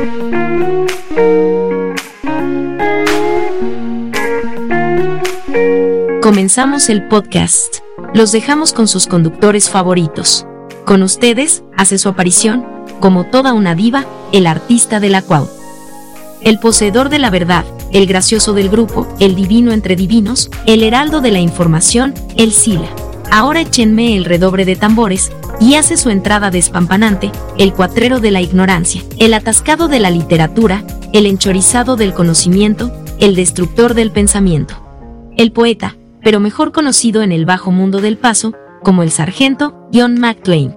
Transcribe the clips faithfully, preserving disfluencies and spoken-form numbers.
Comenzamos el podcast. Los dejamos con sus conductores favoritos. Con ustedes, hace su aparición, como toda una diva, el artista de la Cuau. El poseedor de la verdad, el gracioso del grupo, el divino entre divinos, el heraldo de la información, el Sila. Ahora échenme el redoble de tambores, y hace su entrada despampanante, el cuatrero de la ignorancia, el atascado de la literatura, el enchorizado del conocimiento, el destructor del pensamiento. El poeta, pero mejor conocido en el bajo mundo del paso, como el sargento John McClane.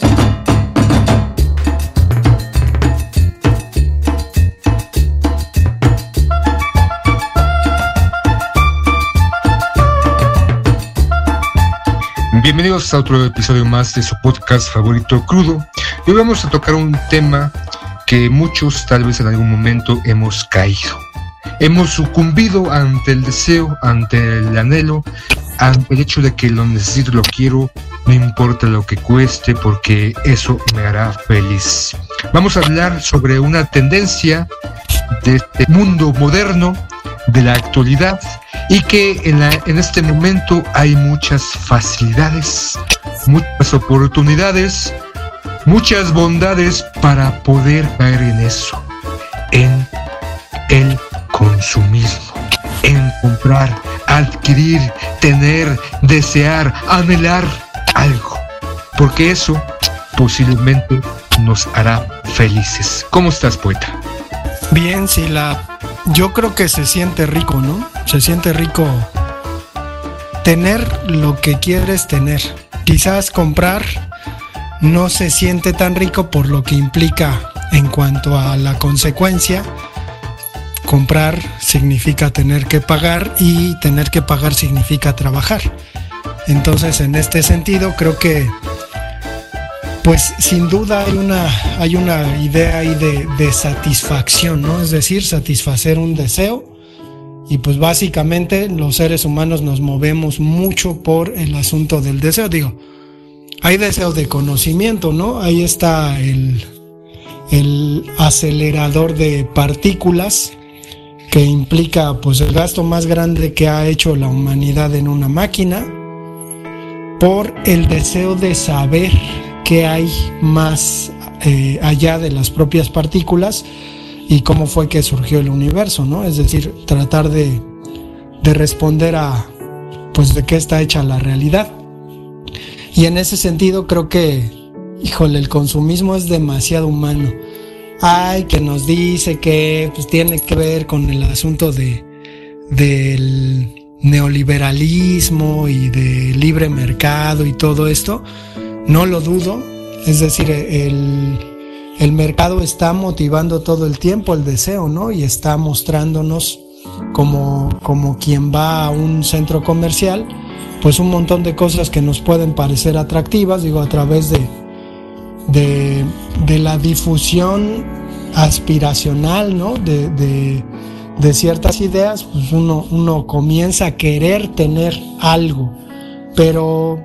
Bienvenidos a otro episodio más de su podcast favorito, Crudo. Y hoy vamos a tocar un tema que muchos tal vez en algún momento hemos caído. Hemos sucumbido ante el deseo, ante el anhelo, ante el hecho de que lo necesito, lo quiero, no importa lo que cueste, porque eso me hará feliz. Vamos a hablar sobre una tendencia de este mundo moderno, de la actualidad, y que en, la, en este momento hay muchas facilidades, muchas oportunidades, muchas bondades para poder caer en eso, en el consumismo, en comprar, adquirir, tener, desear, anhelar algo, porque eso posiblemente nos hará felices. ¿Cómo estás, poeta? Bien, Sila. Yo creo que se siente rico, ¿no? Se siente rico tener lo que quieres tener. Quizás comprar no se siente tan rico por lo que implica en cuanto a la consecuencia. Comprar significa tener que pagar y tener que pagar significa trabajar. Entonces, en este sentido, creo que pues sin duda hay una, hay una idea ahí de, de satisfacción, ¿no? Es decir, satisfacer un deseo. Y pues básicamente los seres humanos nos movemos mucho por el asunto del deseo. Digo, hay deseo de conocimiento, ¿no? Ahí está el, el acelerador de partículas, que implica pues el gasto más grande que ha hecho la humanidad en una máquina, por el deseo de saber qué hay más eh, allá de las propias partículas y cómo fue que surgió el universo, ¿no? Es decir, tratar de, de responder a, pues, de qué está hecha la realidad. Y en ese sentido creo que, híjole, el consumismo es demasiado humano. Ay, que nos dice que pues tiene que ver con el asunto de del neoliberalismo y de libre mercado y todo esto. No lo dudo, es decir, el, el mercado está motivando todo el tiempo el deseo, ¿no? Y está mostrándonos como, como quien va a un centro comercial, pues un montón de cosas que nos pueden parecer atractivas, digo, a través de, de, de la difusión aspiracional, ¿no? De, de, de ciertas ideas, pues uno, uno comienza a querer tener algo, pero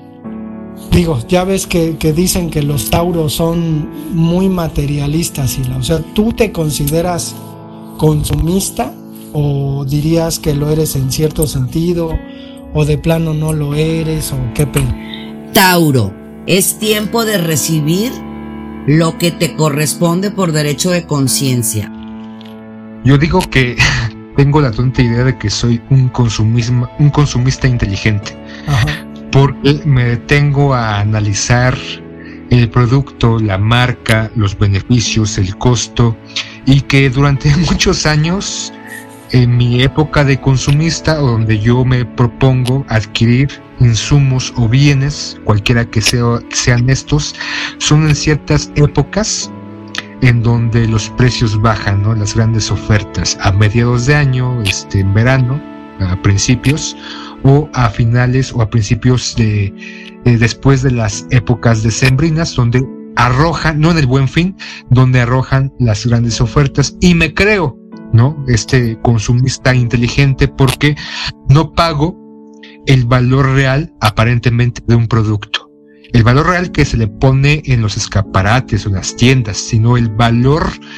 digo, ya ves que, que dicen que los tauros son muy materialistas, Sila. O sea, ¿tú te consideras consumista o dirías que lo eres en cierto sentido o de plano no lo eres o qué pedo? Tauro, es tiempo de recibir lo que te corresponde por derecho de conciencia. Yo digo que tengo la tonta idea de que soy un consumista, un consumista inteligente. Ajá. Porque me detengo a analizar el producto, la marca, los beneficios, el costo, y que durante muchos años, en mi época de consumista, o donde yo me propongo adquirir insumos o bienes, cualquiera que sea, sean estos, son en ciertas épocas en donde los precios bajan, ¿no? Las grandes ofertas a mediados de año, este, en verano, a principios, o a finales o a principios de eh, después de las épocas decembrinas, donde arrojan, no en el Buen Fin, donde arrojan las grandes ofertas, y me creo, ¿no? Este consumista inteligente, porque no pago el valor real aparentemente de un producto, el valor real que se le pone en los escaparates o en las tiendas, sino el valor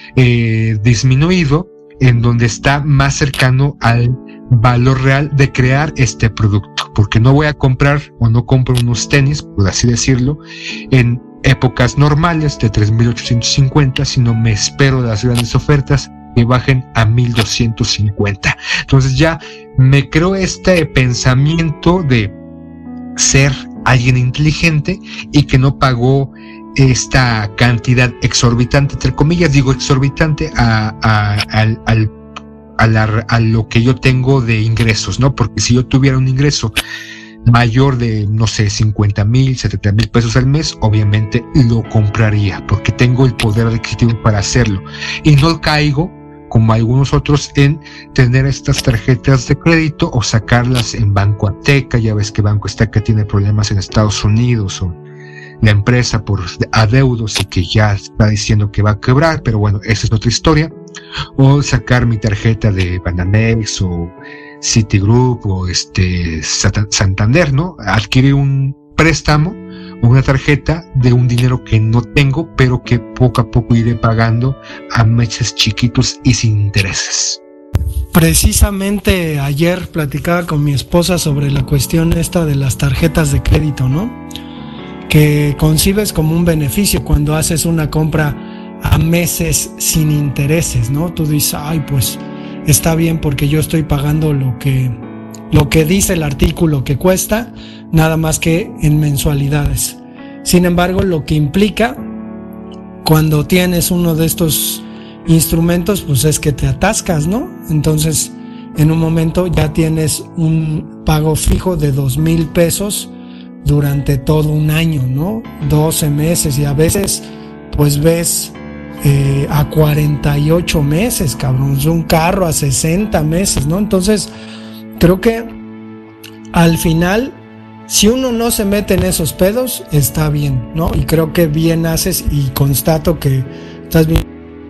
eh, disminuido, en donde está más cercano al valor real de crear este producto, porque no voy a comprar o no compro unos tenis, por así decirlo, en épocas normales de tres mil ochocientos cincuenta, sino me espero las grandes ofertas que bajen a mil doscientos cincuenta. Entonces ya me creo este pensamiento de ser alguien inteligente y que no pagó esta cantidad exorbitante, entre comillas, digo exorbitante, a, a, al, al, a, la, a lo que yo tengo de ingresos, ¿no? Porque si yo tuviera un ingreso mayor de, no sé, cincuenta mil, setenta mil pesos al mes, obviamente lo compraría, porque tengo el poder adquisitivo para hacerlo. Y no caigo, como algunos otros, en tener estas tarjetas de crédito o sacarlas en Banco Azteca. Ya ves que Banco Azteca tiene problemas en Estados Unidos, o la empresa por adeudos y que ya está diciendo que va a quebrar, pero bueno, esa es otra historia. O sacar mi tarjeta de Banamex o Citigroup o este Santander, ¿no? Adquirir un préstamo o una tarjeta de un dinero que no tengo, pero que poco a poco iré pagando a meses chiquitos y sin intereses. Precisamente ayer platicaba con mi esposa sobre la cuestión esta de las tarjetas de crédito, ¿no? Que concibes como un beneficio cuando haces una compra a meses sin intereses, ¿no? Tú dices, ay, pues está bien porque yo estoy pagando lo que, lo que dice el artículo que cuesta, nada más que en mensualidades. Sin embargo, lo que implica cuando tienes uno de estos instrumentos, pues es que te atascas, ¿no? Entonces, en un momento ya tienes un pago fijo de dos mil pesos durante todo un año, ¿no? doce meses, y a veces pues ves eh, a cuarenta y ocho meses, cabrón, un carro a sesenta meses, ¿no? Entonces creo que al final, si uno no se mete en esos pedos, está bien, ¿no? Y creo que bien haces, y constato que estás bien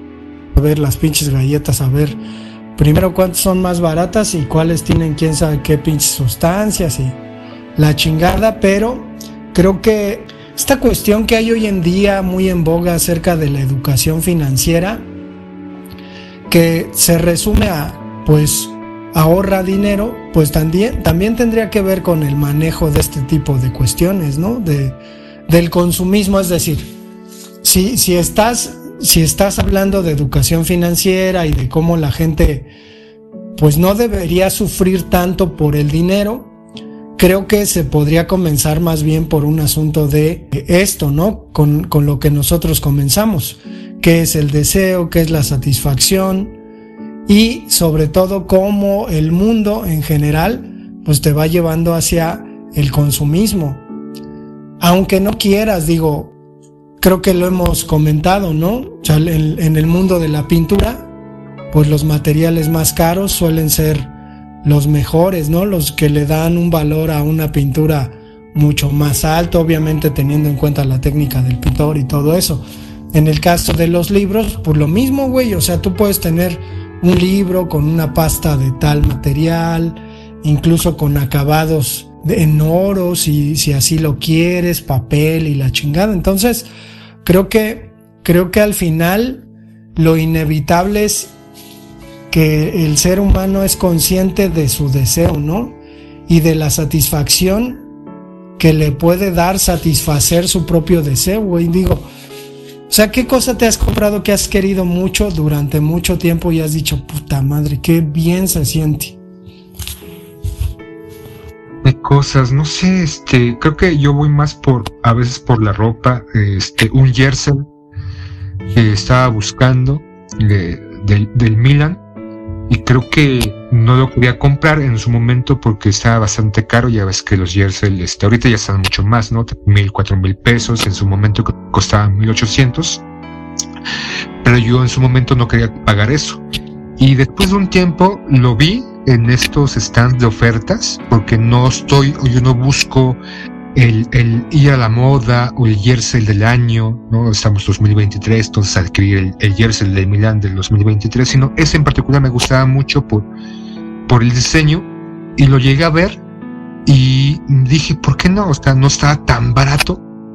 a ver las pinches galletas, a ver primero cuántas son más baratas y cuáles tienen quién sabe qué pinches sustancias y la chingada. Pero creo que esta cuestión que hay hoy en día muy en boga acerca de la educación financiera, que se resume a, pues, ahorra dinero, pues también, también tendría que ver con el manejo de este tipo de cuestiones, ¿no? De, del consumismo. Es decir, si, si estás, si estás hablando de educación financiera y de cómo la gente, pues, no debería sufrir tanto por el dinero, creo que se podría comenzar más bien por un asunto de esto, ¿no? Con, con lo que nosotros comenzamos, que es el deseo, que es la satisfacción, y sobre todo cómo el mundo en general pues te va llevando hacia el consumismo. Aunque no quieras, digo, creo que lo hemos comentado, ¿no? O sea, en, en el mundo de la pintura, pues los materiales más caros suelen ser los mejores, ¿no? Los que le dan un valor a una pintura mucho más alto, obviamente teniendo en cuenta la técnica del pintor y todo eso. En el caso de los libros, pues lo mismo, güey. O sea, tú puedes tener un libro con una pasta de tal material, incluso con acabados de, en oro, si, si así lo quieres, papel y la chingada. Entonces, creo que, creo que al final lo inevitable es que el ser humano es consciente de su deseo, ¿no? Y de la satisfacción que le puede dar satisfacer su propio deseo, güey. Digo, o sea, ¿qué cosa te has comprado que has querido mucho durante mucho tiempo y has dicho, puta madre, qué bien se siente? De cosas, no sé, este, creo que yo voy más por, a veces por la ropa, este, un jersey que estaba buscando de, de, del Milan, y creo que no lo quería comprar en su momento porque estaba bastante caro. Ya ves que los jersey, este, ahorita ya están mucho más, ¿no? Mil, cuatro mil pesos, en su momento costaban mil ochocientos, pero yo en su momento no quería pagar eso. Y después de un tiempo lo vi en estos stands de ofertas, porque no estoy, o yo no busco el, el ir a la moda o el jersey del año, ¿no? Estamos dos mil veintitrés, entonces adquirir el, el jersey de Milán del dos mil veintitrés, sino ese en particular me gustaba mucho por, por el diseño, y lo llegué a ver y dije, ¿por qué no? O sea, no estaba tan barato,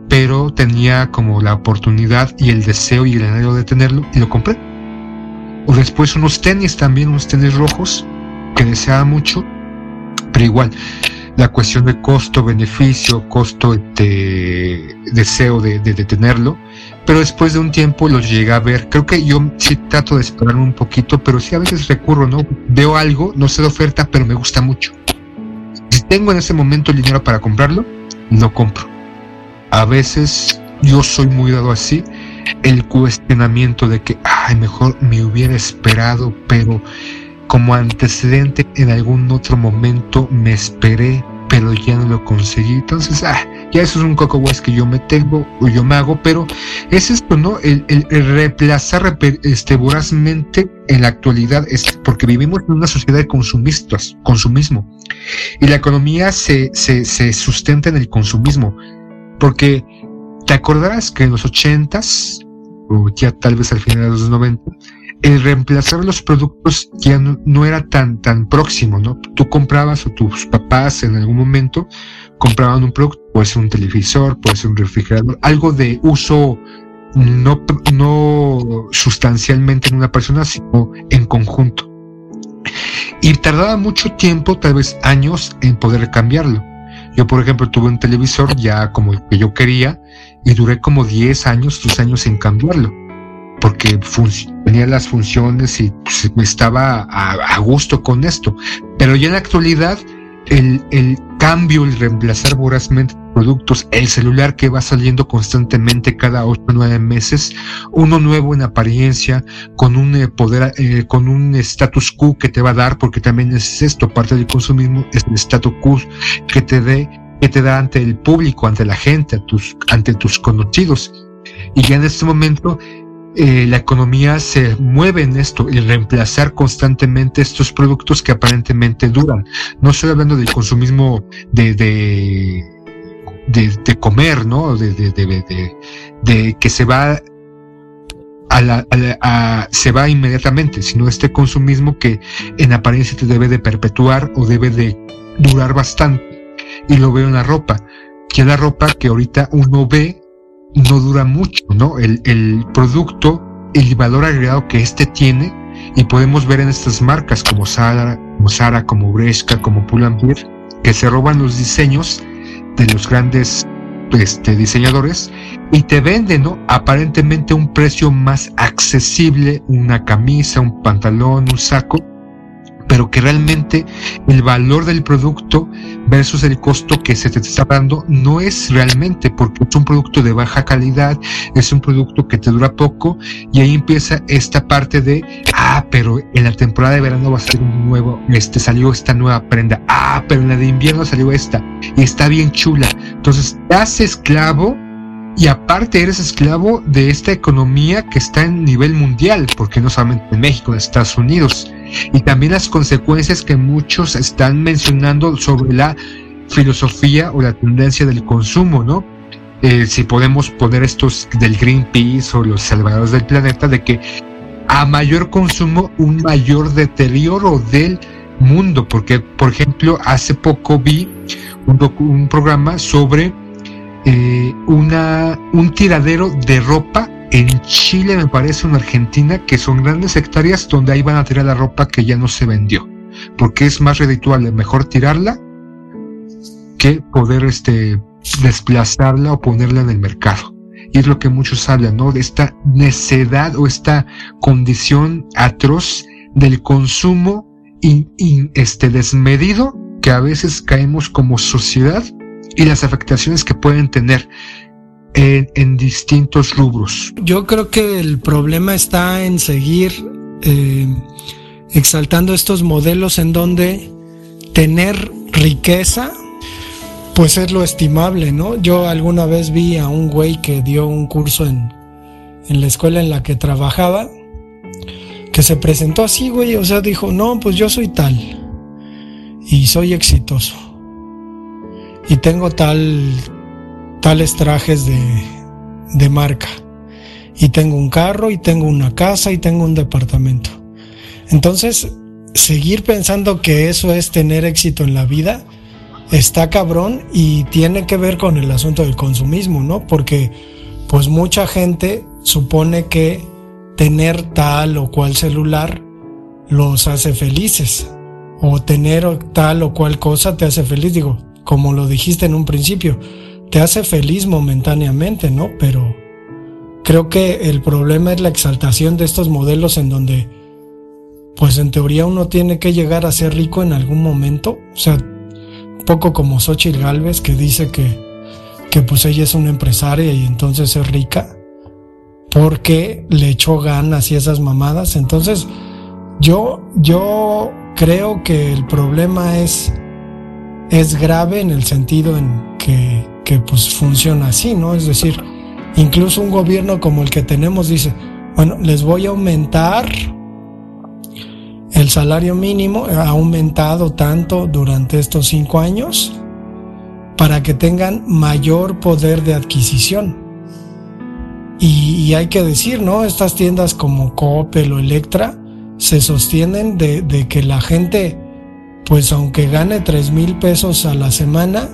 pero tenía como la oportunidad y el deseo y el anhelo de tenerlo y lo compré. O después unos tenis también, unos tenis rojos que deseaba mucho, pero igual la cuestión de costo-beneficio, costo de deseo de, de, de tenerlo, pero después de un tiempo los llegué a ver. Creo que yo sí trato de esperarme un poquito, pero sí a veces recurro, ¿no? Veo algo, no sé de oferta, pero me gusta mucho. Si tengo en ese momento el dinero para comprarlo, lo compro. A veces yo soy muy dado así, el cuestionamiento de que, ay, mejor me hubiera esperado, pero como antecedente en algún otro momento me esperé, pero ya no lo conseguí. Entonces, ah, ya eso es un coco wash que yo me tengo o yo me hago, pero es esto, ¿no? El, el, el reemplazar este, vorazmente en la actualidad, es porque vivimos en una sociedad de consumistas, consumismo, y la economía se, se, se sustenta en el consumismo, porque te acordarás que en los ochentas, o ya tal vez al final de los noventa, el reemplazar los productos ya no, no era tan, tan próximo, ¿no? Tú comprabas, o tus papás en algún momento compraban un producto, puede ser un televisor, puede ser un refrigerador, algo de uso no, no sustancialmente en una persona, sino en conjunto. Y tardaba mucho tiempo, tal vez años, en poder cambiarlo. Yo, por ejemplo, tuve un televisor ya como el que yo quería y duré como diez años, dos años en cambiarlo, porque fun- tenía las funciones y pues, estaba a, a gusto con esto. Pero ya en la actualidad, el, el cambio, el reemplazar vorazmente productos, el celular que va saliendo constantemente cada ocho o nueve meses, uno nuevo en apariencia, con un eh, poder, eh, con un status quo que te va a dar, porque también es esto, parte del consumismo, es el status quo que te dé, que te da ante el público, ante la gente, a tus, ante tus conocidos. Y ya en este momento, Eh, la economía se mueve en esto, el reemplazar constantemente estos productos que aparentemente duran. No estoy hablando del consumismo de de, de, de comer, ¿no? De, de, de, de, de que se va a la, a la a, se va inmediatamente, sino este consumismo que en apariencia te debe de perpetuar o debe de durar bastante. Y lo veo en la ropa, que la ropa que ahorita uno ve no dura mucho, ¿no? El, el producto, el valor agregado que este tiene, y podemos ver en estas marcas como Zara, como Zara, como Bershka, como Pull&Bear, que se roban los diseños de los grandes este, diseñadores y te venden, ¿no? Aparentemente un precio más accesible, una camisa, un pantalón, un saco, pero que realmente el valor del producto versus el costo que se te está dando no es realmente, porque es un producto de baja calidad, es un producto que te dura poco, y ahí empieza esta parte de, ah, pero en la temporada de verano va a ser un nuevo, este salió esta nueva prenda, ah, pero en la de invierno salió esta, y está bien chula. Entonces te haces esclavo, y aparte eres esclavo de esta economía que está en nivel mundial, porque no solamente en México, en Estados Unidos. Y también las consecuencias que muchos están mencionando sobre la filosofía o la tendencia del consumo, ¿no? Eh, si podemos poner estos del Greenpeace o los salvadores del planeta, de que a mayor consumo, un mayor deterioro del mundo. Porque, por ejemplo, hace poco vi un, docu- un programa sobre eh, una, un tiradero de ropa en Chile, me parece, en Argentina, que son grandes hectáreas donde ahí van a tirar la ropa que ya no se vendió, porque es más redituable, mejor tirarla que poder este desplazarla o ponerla en el mercado. Y es lo que muchos hablan, ¿no? De esta necedad o esta condición atroz del consumo y, y este desmedido que a veces caemos como sociedad, y las afectaciones que pueden tener En, en distintos rubros. Yo creo que el problema está en seguir eh, exaltando estos modelos en donde tener riqueza pues es lo estimable, ¿no? Yo alguna vez vi a un güey que dio un curso en, en la escuela en la que trabajaba, que se presentó así, güey, o sea, dijo, no, pues yo soy tal y soy exitoso y tengo tal tales trajes de, de marca, y tengo un carro, y tengo una casa, y tengo un departamento. Entonces, seguir pensando que eso es tener éxito en la vida, está cabrón y tiene que ver con el asunto del consumismo, ¿no? Porque pues mucha gente supone que tener tal o cual celular los hace felices, o tener tal o cual cosa te hace feliz. Digo, como lo dijiste en un principio, te hace feliz momentáneamente, ¿no? Pero creo que el problema es la exaltación de estos modelos en donde, pues en teoría uno tiene que llegar a ser rico en algún momento. O sea, un poco como Xóchitl Gálvez, que dice que, que pues ella es una empresaria y entonces es rica porque le echó ganas y esas mamadas. Entonces yo, yo creo que el problema es, es grave en el sentido en que, que pues funciona así, ¿no? Es decir, incluso un gobierno como el que tenemos dice, bueno, les voy a aumentar el salario mínimo, ha aumentado tanto durante estos cinco años para que tengan mayor poder de adquisición. Y, y hay que decir, ¿no? Estas tiendas como Coppel o Electra se sostienen de, de que la gente, pues aunque gane tres mil pesos a la semana,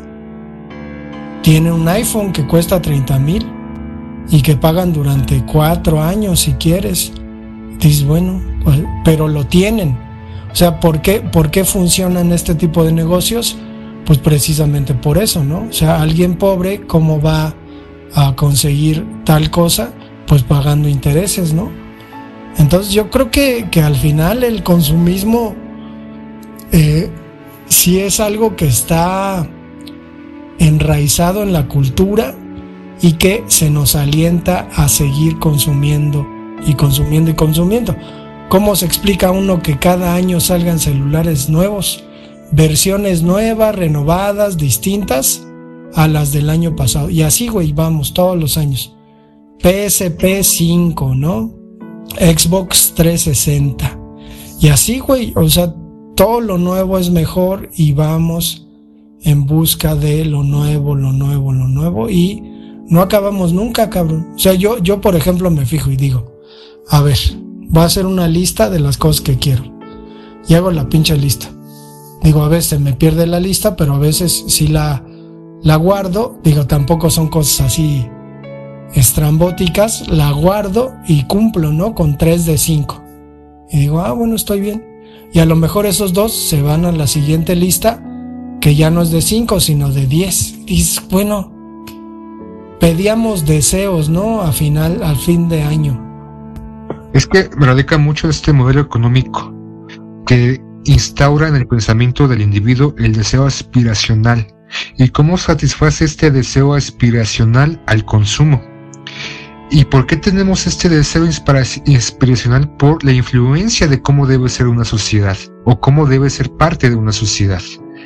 tiene un iPhone que cuesta treinta mil y que pagan durante cuatro años si quieres. Dices, bueno, pues, pero lo tienen. O sea, ¿por qué, ¿por qué funcionan este tipo de negocios? Pues precisamente por eso, ¿no? O sea, alguien pobre, ¿cómo va a conseguir tal cosa? Pues pagando intereses, ¿no? Entonces yo creo que, que al final el consumismo eh, sí es algo que está enraizado en la cultura y que se nos alienta a seguir consumiendo y consumiendo y consumiendo. ¿Cómo se explica uno que cada año salgan celulares nuevos, versiones nuevas, renovadas, distintas a las del año pasado? Y así, güey, vamos todos los años. P S P cinco, ¿no? Xbox trescientos sesenta. Y así, güey, o sea, todo lo nuevo es mejor y vamos en busca de lo nuevo, lo nuevo, lo nuevo y no acabamos nunca, cabrón. O sea, yo, yo por ejemplo me fijo y digo, a ver, voy a hacer una lista de las cosas que quiero y hago la pinche lista. Digo, a veces me pierde la lista, pero a veces sí la, la guardo. Digo, tampoco son cosas así estrambóticas, la guardo y cumplo, ¿no? Con tres de cinco. Y digo, ah, bueno, estoy bien. Y a lo mejor esos dos se van a la siguiente lista, que ya no es de cinco, sino de diez. Y dices, bueno, pedíamos deseos, ¿no? A final, al fin de año. Es que radica mucho este modelo económico que instaura en el pensamiento del individuo el deseo aspiracional. ¿Y cómo satisface este deseo aspiracional al consumo? ¿Y por qué tenemos este deseo inspiracional? Por la influencia de cómo debe ser una sociedad o cómo debe ser parte de una sociedad.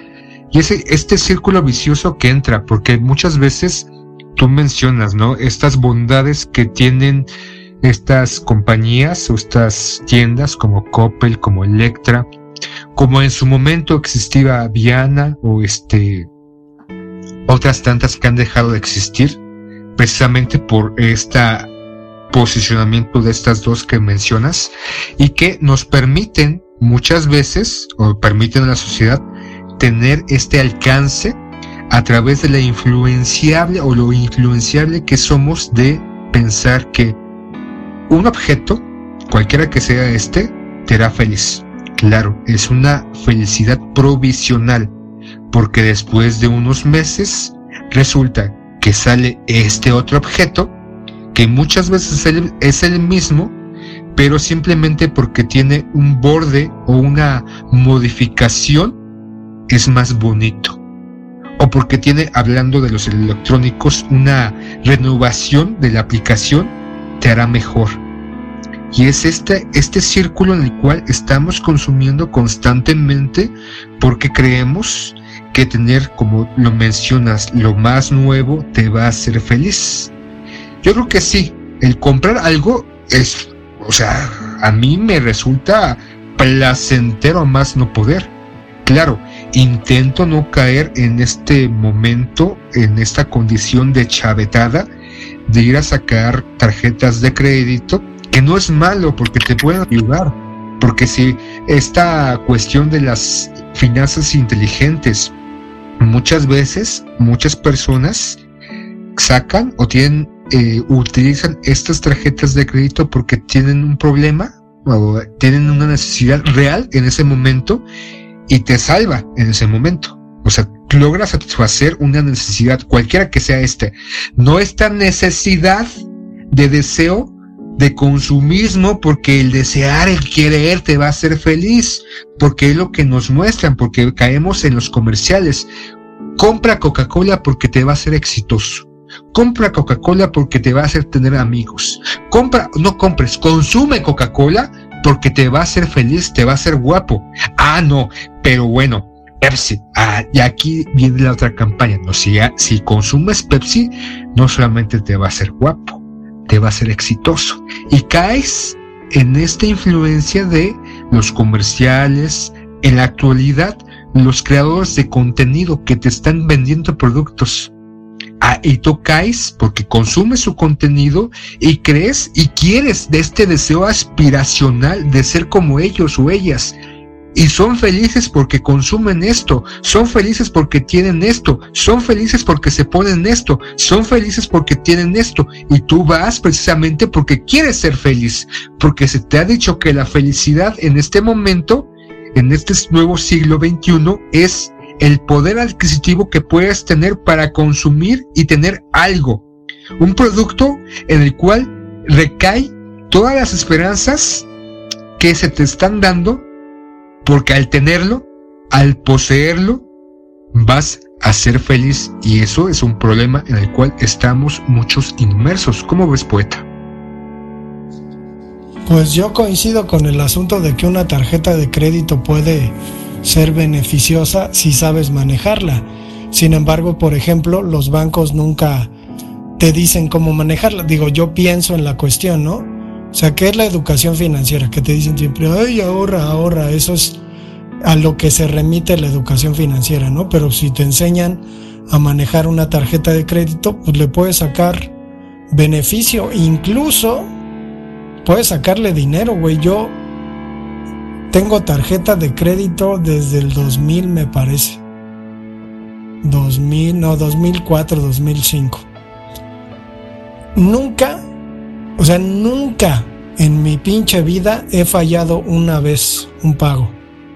Y ese, este círculo vicioso que entra, porque muchas veces tú mencionas, ¿no? Estas bondades que tienen estas compañías o estas tiendas como Coppel, como Electra, como en su momento existía Viana o este otras tantas que han dejado de existir, precisamente por este posicionamiento de estas dos que mencionas y que nos permiten muchas veces, o permiten a la sociedad, tener este alcance a través de la influenciable o lo influenciable que somos de pensar que un objeto, cualquiera que sea este, te hará feliz. Claro, es una felicidad provisional, porque después de unos meses resulta que sale este otro objeto que muchas veces es el mismo, pero simplemente porque tiene un borde o una modificación es más bonito, o porque tiene, hablando de los electrónicos, una renovación de la aplicación, te hará mejor. Y es este, este círculo en el cual estamos consumiendo constantemente porque creemos que tener, como lo mencionas, lo más nuevo te va a hacer feliz. Yo creo que sí, el comprar algo es, o sea, a mí me resulta placentero a más no poder. Claro, intento no caer en este momento, en esta condición de chavetada, de ir a sacar tarjetas de crédito, que no es malo porque te pueden ayudar, porque si esta cuestión de las finanzas inteligentes muchas veces, muchas personas sacan o tienen, eh, utilizan estas tarjetas de crédito porque tienen un problema o tienen una necesidad real en ese momento y te salva en ese momento. O sea, logra satisfacer una necesidad, cualquiera que sea esta. No esta necesidad de deseo de consumismo, porque el desear, el querer te va a hacer feliz, porque es lo que nos muestran, porque caemos en los comerciales. Compra Coca-Cola porque te va a hacer exitoso. Compra Coca-Cola porque te va a hacer tener amigos. Compra, no compres, consume Coca-Cola porque te va a hacer feliz, te va a hacer guapo. Ah, no, pero bueno, Pepsi. Ah, y aquí viene la otra campaña. No, si, si consumes Pepsi, no solamente te va a hacer guapo, te va a hacer exitoso. Y caes en esta influencia de los comerciales. En la actualidad, los creadores de contenido que te están vendiendo productos. Ah, y tú caes porque consumes su contenido y crees y quieres de este deseo aspiracional de ser como ellos o ellas. Y son felices porque consumen esto, son felices porque tienen esto, son felices porque se ponen esto, son felices porque tienen esto. Y tú vas precisamente porque quieres ser feliz, porque se te ha dicho que la felicidad en este momento, en este nuevo siglo veintiuno, es el poder adquisitivo que puedes tener para consumir y tener algo, un producto en el cual recae todas las esperanzas que se te están dando, porque al tenerlo, al poseerlo, vas a ser feliz, y eso es un problema en el cual estamos muchos inmersos. ¿Cómo ves, poeta? Pues yo coincido con el asunto de que una tarjeta de crédito puede ser beneficiosa si sabes manejarla. Sin embargo, por ejemplo, los bancos nunca te dicen cómo manejarla. Digo, yo pienso en la cuestión, ¿no? O sea, ¿qué es la educación financiera? Que te dicen siempre, ay, ahorra, ahorra. Eso es a lo que se remite la educación financiera, ¿no? Pero si te enseñan a manejar una tarjeta de crédito, pues le puedes sacar beneficio. Incluso puedes sacarle dinero, güey. Yo tengo tarjeta de crédito desde el dos mil, me parece. dos mil, no, dos mil cuatro, dos mil cinco. Nunca, o sea, nunca en mi pinche vida he fallado una vez un pago.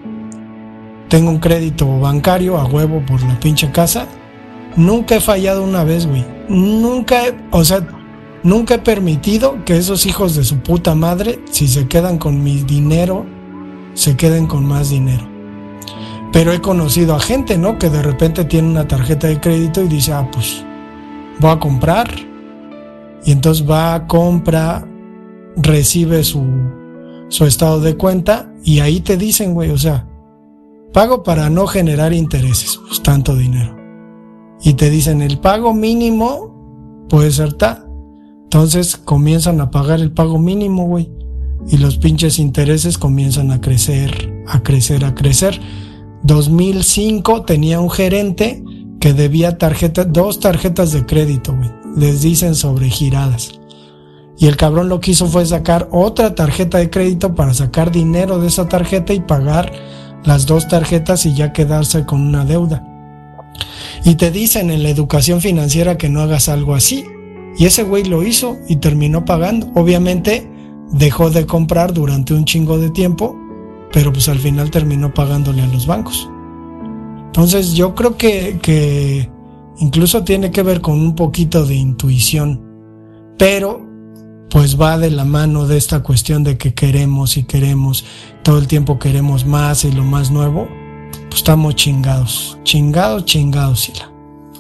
Tengo un crédito bancario a huevo por la pinche casa. Nunca he fallado una vez, güey. Nunca, he, o sea, nunca he permitido que esos hijos de su puta madre, si se quedan con mi dinero, se queden con más dinero. Pero he conocido a gente, ¿no? Que de repente tiene una tarjeta de crédito y dice, ah, pues voy a comprar. Y entonces va, compra, recibe su, su estado de cuenta y ahí te dicen, güey, o sea, pago para no generar intereses, pues tanto dinero. Y te dicen, el pago mínimo puede ser tal. Entonces comienzan a pagar el pago mínimo, güey. Y los pinches intereses comienzan a crecer, a crecer, a crecer. dos mil cinco tenía un gerente que debía tarjeta, dos tarjetas de crédito, güey. Les dicen sobregiradas. Y el cabrón lo que hizo fue sacar otra tarjeta de crédito para sacar dinero de esa tarjeta y pagar las dos tarjetas y ya quedarse con una deuda. Y te dicen en la educación financiera que no hagas algo así. Y ese güey lo hizo y terminó pagando. Obviamente dejó de comprar durante un chingo de tiempo, pero pues al final terminó pagándole a los bancos. Entonces yo creo que, que incluso tiene que ver con un poquito de intuición, pero pues va de la mano de esta cuestión de que queremos y queremos, todo el tiempo queremos más y lo más nuevo. Pues estamos chingados, chingados, chingados, Sila.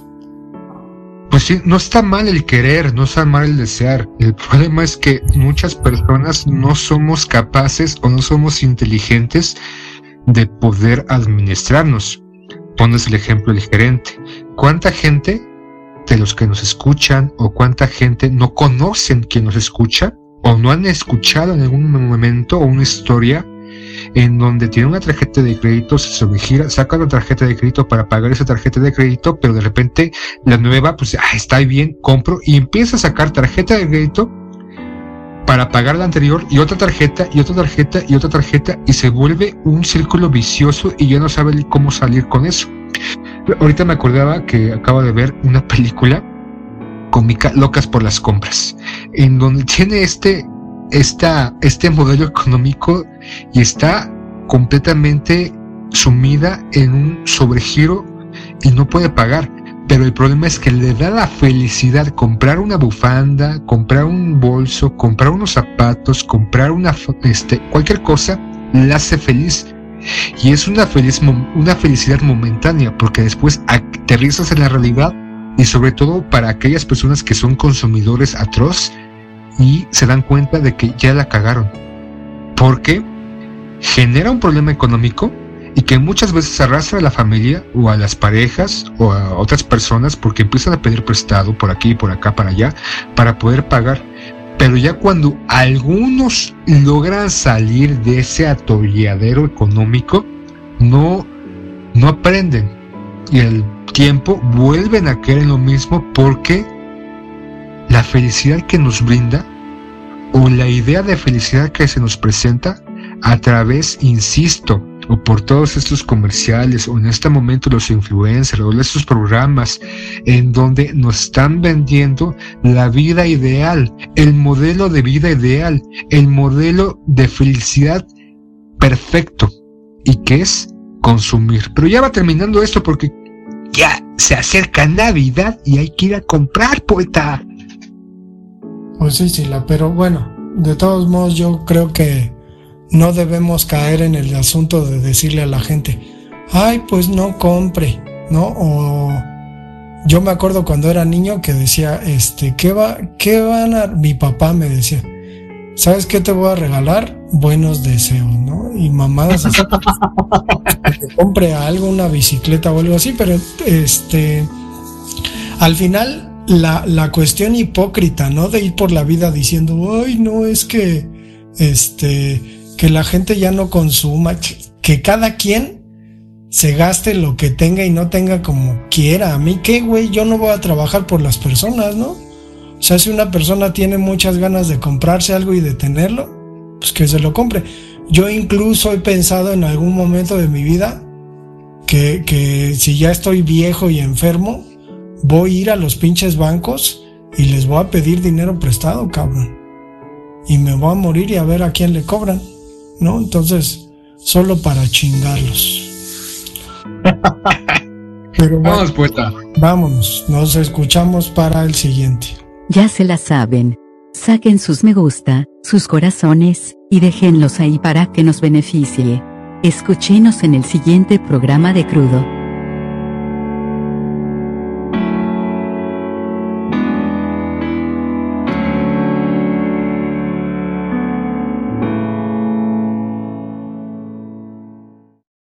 Pues sí, no está mal el querer, no está mal el desear. El problema es que muchas personas no somos capaces o no somos inteligentes de poder administrarnos. Pones el ejemplo del gerente. ¿Cuánta gente de los que nos escuchan o cuánta gente no conocen que nos escucha o no han escuchado en algún momento o una historia en donde tiene una tarjeta de crédito, se sobregira, saca la tarjeta de crédito para pagar esa tarjeta de crédito, pero de repente la nueva, pues, ah, está bien, compro, y empieza a sacar tarjeta de crédito para pagar la anterior, y otra tarjeta, y otra tarjeta, y otra tarjeta, y se vuelve un círculo vicioso y ya no sabe cómo salir con eso. Ahorita me acordaba que acabo de ver una película cómica, Locas por las compras, en donde tiene este, esta, este modelo económico y está completamente sumida en un sobregiro y no puede pagar. Pero el problema es que le da la felicidad comprar una bufanda, comprar un bolso, comprar unos zapatos, comprar una, este, cualquier cosa, la hace feliz. Y es una, feliz, una felicidad momentánea, porque después aterrizas en la realidad, y sobre todo para aquellas personas que son consumidores atroz y se dan cuenta de que ya la cagaron. Porque genera un problema económico y que muchas veces arrastra a la familia o a las parejas o a otras personas, porque empiezan a pedir prestado por aquí, por acá, para allá, para poder pagar. Pero ya cuando algunos logran salir de ese atolladero económico, no, no aprenden, y al tiempo vuelven a caer en lo mismo, porque la felicidad que nos brinda, o la idea de felicidad que se nos presenta a través, insisto, o por todos estos comerciales, o en este momento los influencers, o estos programas en donde nos están vendiendo la vida ideal, el modelo de vida ideal, el modelo de felicidad perfecto, y que es consumir. Pero ya va terminando esto, porque ya se acerca Navidad y hay que ir a comprar, poeta. Pues sí, sí, la, pero bueno, de todos modos yo creo que no debemos caer en el asunto de decirle a la gente, ay, pues no compre, ¿no? O yo me acuerdo cuando era niño que decía, este, ¿qué va, qué van a...? Mi papá me decía, ¿sabes qué te voy a regalar? Buenos deseos, ¿no? Y mamadas así, que compre algo, una bicicleta o algo así, pero este, al final la, la cuestión hipócrita, ¿no? De ir por la vida diciendo, ay, no, es que, este... que la gente ya no consuma, que cada quien se gaste lo que tenga y no tenga como quiera. A mí qué, güey, yo no voy a trabajar por las personas, ¿no? O sea, si una persona tiene muchas ganas de comprarse algo y de tenerlo, pues que se lo compre. Yo incluso he pensado en algún momento de mi vida que, que si ya estoy viejo y enfermo, voy a ir a los pinches bancos y les voy a pedir dinero prestado, cabrón. Y me voy a morir y a ver a quién le cobran, ¿no? Entonces, solo para chingarlos. Pero bueno, vamos, poeta. Vámonos, nos escuchamos para el siguiente. Ya se la saben. Saquen sus me gusta, sus corazones, y déjenlos ahí para que nos beneficie. Escúchenos en el siguiente programa de Crudo.